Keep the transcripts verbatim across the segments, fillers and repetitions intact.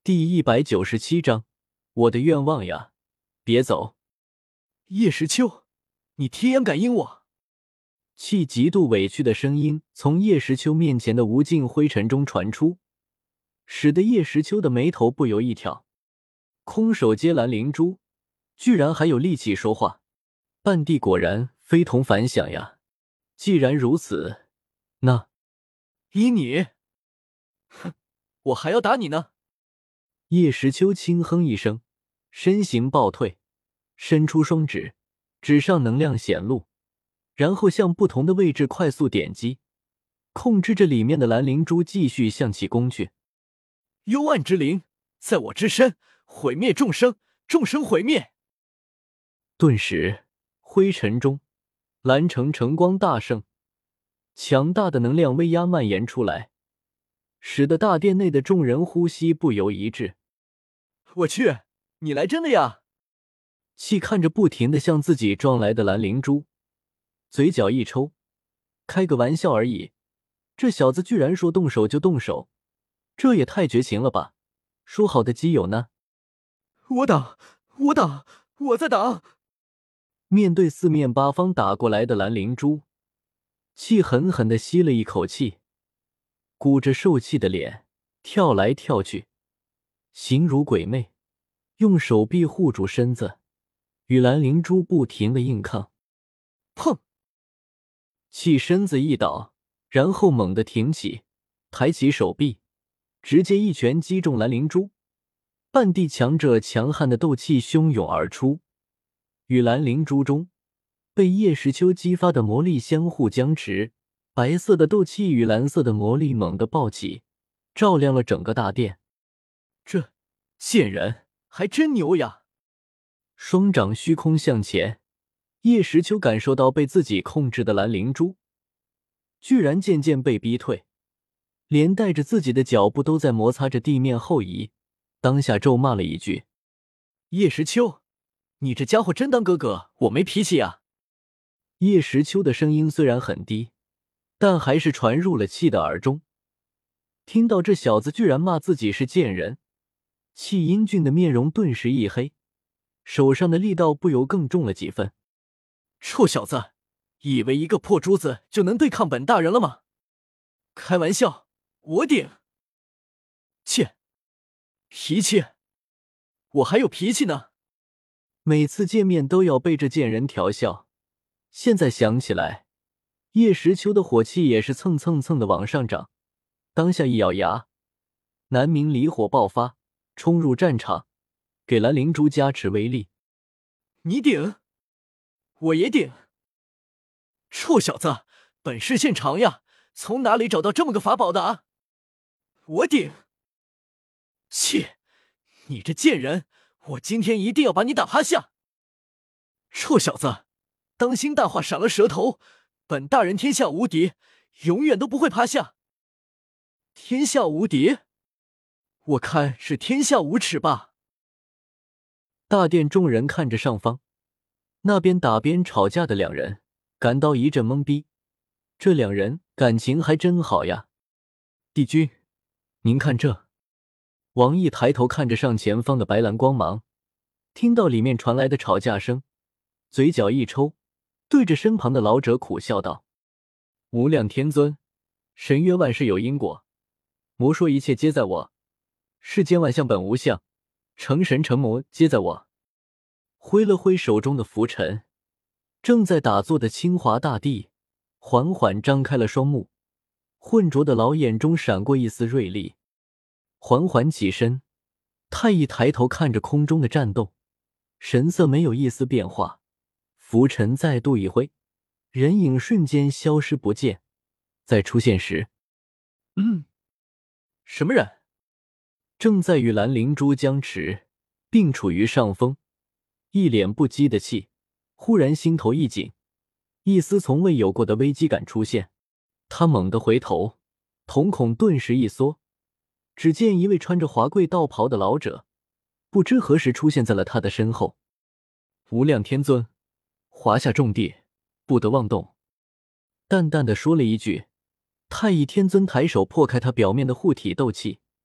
第一百九十七章，我的愿望呀，别走！ 叶时秋，你天阳感应我！ 气极度委屈的声音从叶时秋面前的无尽灰尘中传出，使得叶时秋的眉头不由一挑。空手接蓝灵珠，居然还有力气说话，半帝果然非同凡响呀！既然如此，那依你，哼，我还要打你呢！ 叶时秋轻哼一声，身形暴退，伸出双指，指上能量显露，然后向不同的位置快速点击，控制着里面的蓝灵珠继续向其攻去。 幽暗之灵，在我之身，毁灭众生，众生毁灭。 顿时，灰尘中，蓝橙橙光大盛，强大的能量威压蔓延出来，使得大殿内的众人呼吸不由一滞。 我去，你来真的呀！ 气看着不停地向自己撞来的蓝灵珠，嘴角一抽，开个玩笑而已，这小子居然说动手就动手，这也太绝情了吧！说好的基友呢？ 我挡，我挡，我在挡！ 面对四面八方打过来的蓝灵珠，气狠狠地吸了一口气，鼓着受气的脸跳来跳去，形如鬼魅，用手臂护住身子，与蓝灵珠不停地硬抗。 砰！ 气身子一倒，然后猛地挺起，抬起手臂，直接一拳击中蓝灵珠。半地强者强悍的斗气汹涌而出，与蓝灵珠中被叶时秋激发的魔力相互僵持，白色的斗气与蓝色的魔力猛地爆起，照亮了整个大殿。 这贱人还真牛呀！ 双掌虚空向前，叶时秋感受到被自己控制的蓝灵珠居然渐渐被逼退，连带着自己的脚步都在摩擦着地面后移，当下咒骂了一句： 叶时秋，你这家伙真当哥哥我没脾气呀！ 叶时秋的声音虽然很低，但还是传入了气的耳中。听到这小子居然骂自己是贱人，气英俊的面容顿时一黑，手上的力道不由更重了几分。 臭小子，以为一个破珠子就能对抗本大人了吗？开玩笑，我顶！切，脾气，我还有脾气呢！ 每次见面都要被这贱人调笑，现在想起来，叶时秋的火气也是蹭蹭蹭的往上涨。当下一咬牙，南明离火爆发，冲入战场，给蓝灵珠加持威力。 你顶，我也顶！臭小子，本事现长呀，从哪里找到这么个法宝的啊？我顶！切，你这贱人，我今天一定要把你打趴下！臭小子，当心大话闪了舌头，本大人天下无敌，永远都不会趴下。天下无敌？我看是天下无耻吧。 大殿众人看着上方，那边打边吵架的两人，感到一阵懵逼。这两人感情还真好呀。帝君，您看这。王毅抬头看着上前方的白蓝光芒，听到里面传来的吵架声，嘴角一抽，对着身旁的老者苦笑道：无量天尊，神曰万事有因果，魔说一切皆在我，世间万象本无相，成神成魔皆在我。挥了挥手中的拂尘，正在打坐的清华大帝缓缓张开了双目，浑浊的老眼中闪过一丝锐利，缓缓起身。太乙抬头看着空中的战斗，神色没有一丝变化。拂尘再度一挥，人影瞬间消失不见，再出现时， 嗯，什么人？ 正在与蓝灵珠僵持，并处于上风，一脸不羁的气，忽然心头一紧，一丝从未有过的危机感出现。他猛地回头，瞳孔顿时一缩，只见一位穿着华贵道袍的老者，不知何时出现在了他的身后。无量天尊，华夏众帝，不得妄动。淡淡的说了一句，太乙天尊抬手破开他表面的护体斗气，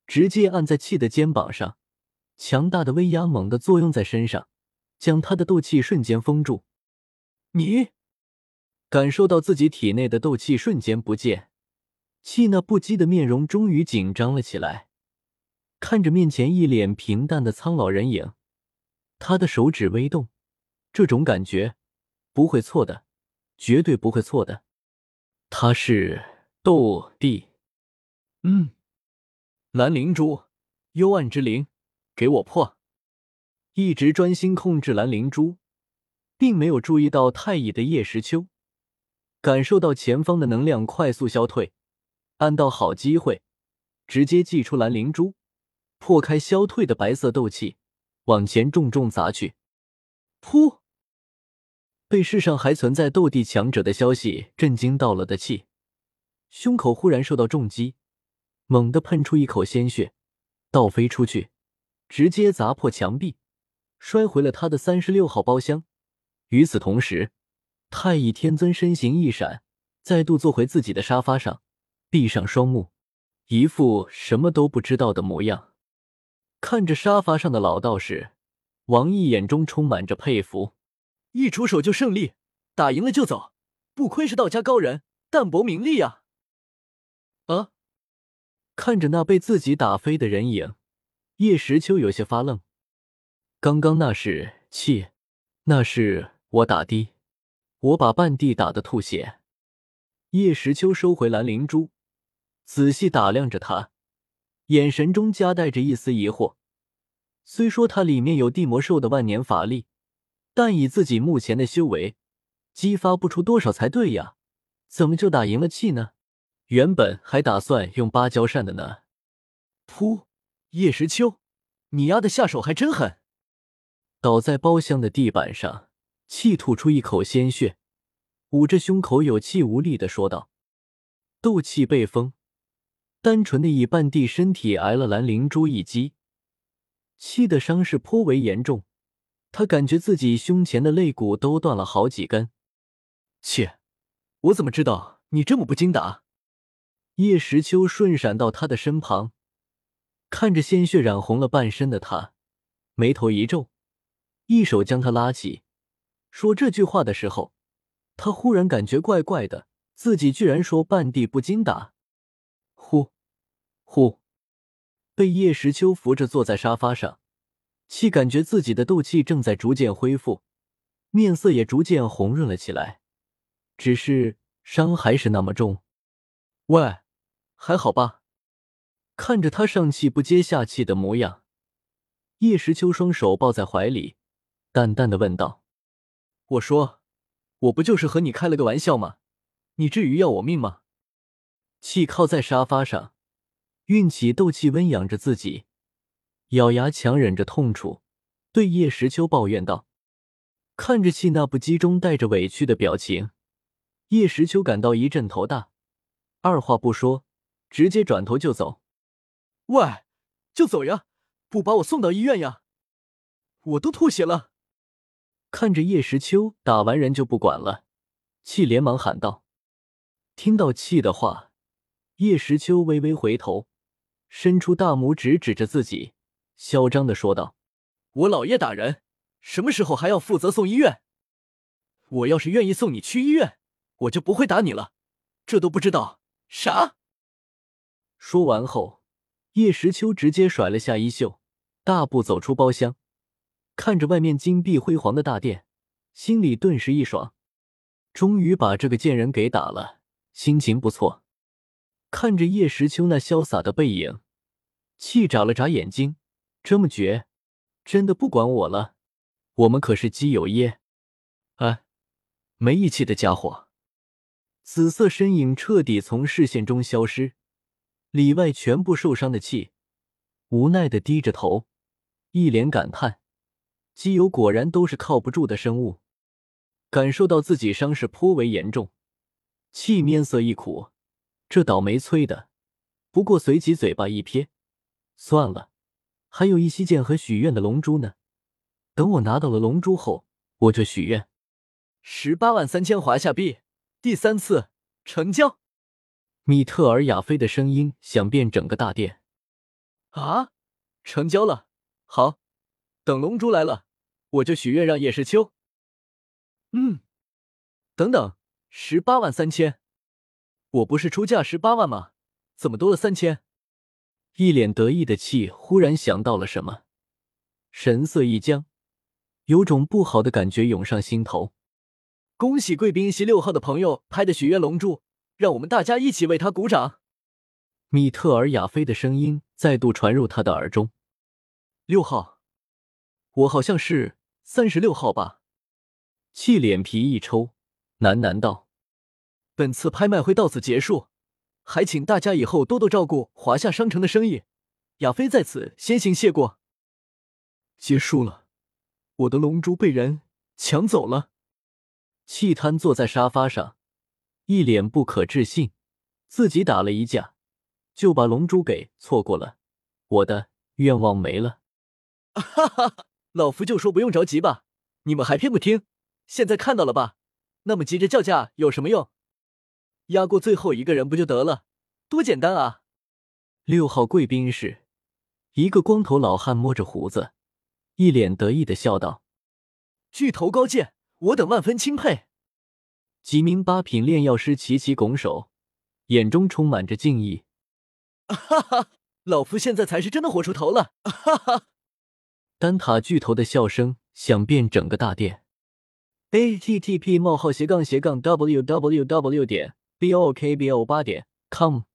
直接按在气的肩膀上，强大的威压猛地作用在身上，将他的斗气瞬间封住。 你感受到自己体内的斗气瞬间不见，气那不羁的面容终于紧张了起来。看着面前一脸平淡的苍老人影，他的手指微动，这种感觉不会错的，绝对不会错的。他是斗帝。 嗯，蓝灵珠，幽暗之灵，给我破！ 一直专心控制蓝灵珠，并没有注意到太乙的叶时秋，感受到前方的能量快速消退，按到好机会，直接祭出蓝灵珠，破开消退的白色斗气，往前重重砸去。噗！被世上还存在斗帝强者的消息震惊到了的气，胸口忽然受到重击，猛地喷出一口鲜血，倒飞出去，直接砸破墙壁，摔回了他的三十六号包厢。与此同时，太乙天尊身形一闪，再度坐回自己的沙发上，闭上双目，一副什么都不知道的模样。看着沙发上的老道士，王毅眼中充满着佩服。 一出手就胜利，打赢了就走，不愧是道家高人，淡泊名利呀！ 啊！看着那被自己打飞的人影，叶时秋有些发愣。刚刚那是气，那是我打的，我把半帝打得吐血。叶时秋收回蓝灵珠，仔细打量着他，眼神中夹带着一丝疑惑。虽说他里面有地魔兽的万年法力，但以自己目前的修为，激发不出多少才对呀，怎么就打赢了气呢？原本还打算用芭蕉扇的呢。 噗！叶时秋，你丫的下手还真狠！ 倒在包厢的地板上，气吐出一口鲜血，捂着胸口有气无力地说道：“斗气被封，单纯的以半帝身体挨了蓝灵珠一击，气的伤势颇为严重。他感觉自己胸前的肋骨都断了好几根。 切，我怎么知道你这么不经打？” 叶时秋顺闪到他的身旁，看着鲜血染红了半身的他，眉头一皱，一手将他拉起。说这句话的时候，他忽然感觉怪怪的，自己居然说半帝不经打。呼呼，被叶时秋扶着坐在沙发上，气感觉自己的斗气正在逐渐恢复，面色也逐渐红润了起来，只是伤还是那么重。 喂，还好吧？ 看着他上气不接下气的模样，叶时秋双手抱在怀里，淡淡的问道：“ 我说，我不就是和你开了个玩笑吗？你至于要我命吗？” 气靠在沙发上，运起斗气温养着自己，咬牙强忍着痛楚，对叶时秋抱怨道。看着气那不羁中带着委屈的表情，叶时秋感到一阵头大，二话不说，直接转头就走。 喂，就走呀，不把我送到医院呀？我都吐血了。 看着叶时秋打完人就不管了，气连忙喊道。听到气的话，叶时秋微微回头，伸出大拇指指着自己，嚣张地说道：“ 我老爷打人，什么时候还要负责送医院？我要是愿意送你去医院，我就不会打你了，这都不知道啥？” 说完后，叶时秋直接甩了下衣袖，大步走出包厢，看着外面金碧辉煌的大殿，心里顿时一爽，终于把这个贱人给打了，心情不错。看着叶时秋那潇洒的背影，气眨了眨眼睛，这么绝，真的不管我了？我们可是基友耶！哎，没义气的家伙！紫色身影彻底从视线中消失，里外全部受伤的气无奈地低着头，一脸感叹：基友果然都是靠不住的生物。感受到自己伤势颇为严重，气面色一苦，这倒霉催的。不过随即嘴巴一撇，算了，还有一息剑和许愿的龙珠呢，等我拿到了龙珠后，我就许愿。 十八万三千华夏币，第三次成交。 米特尔亚菲的声音响遍整个大殿。 啊，成交了。好，等龙珠来了，我就许愿让叶时秋。嗯，等等，十八万三千，我不是出价十八万吗？怎么多了三千？ 一脸得意的气忽然想到了什么，神色一僵，有种不好的感觉涌上心头。 恭喜贵宾席六号的朋友拍的许愿龙珠，让我们大家一起为他鼓掌。 米特尔亚菲的声音再度传入他的耳中。 六号，我好像是三十六号吧？ 气脸皮一抽，喃喃道： 本次拍卖会到此结束，还请大家以后多多照顾华夏商城的生意。亚菲在此先行谢过。结束了，我的龙珠被人抢走了。 气瘫坐在沙发上，一脸不可置信，自己打了一架，就把龙珠给错过了，我的愿望没了。 哈哈，老夫就说不用着急吧，你们还偏不听，现在看到了吧？那么急着叫价有什么用？压过最后一个人不就得了，多简单啊！ 六号贵宾室，一个光头老汉摸着胡子，一脸得意的笑道： 巨头高见，我等万分钦佩。 几名八品炼药师齐齐拱手，眼中充满着敬意。 哈哈，老夫现在才是真的火出头了！哈哈。 丹塔巨头的笑声响遍整个大殿。h t t p 冒号斜杠斜杠 w w w 点 b o k b o 八点 com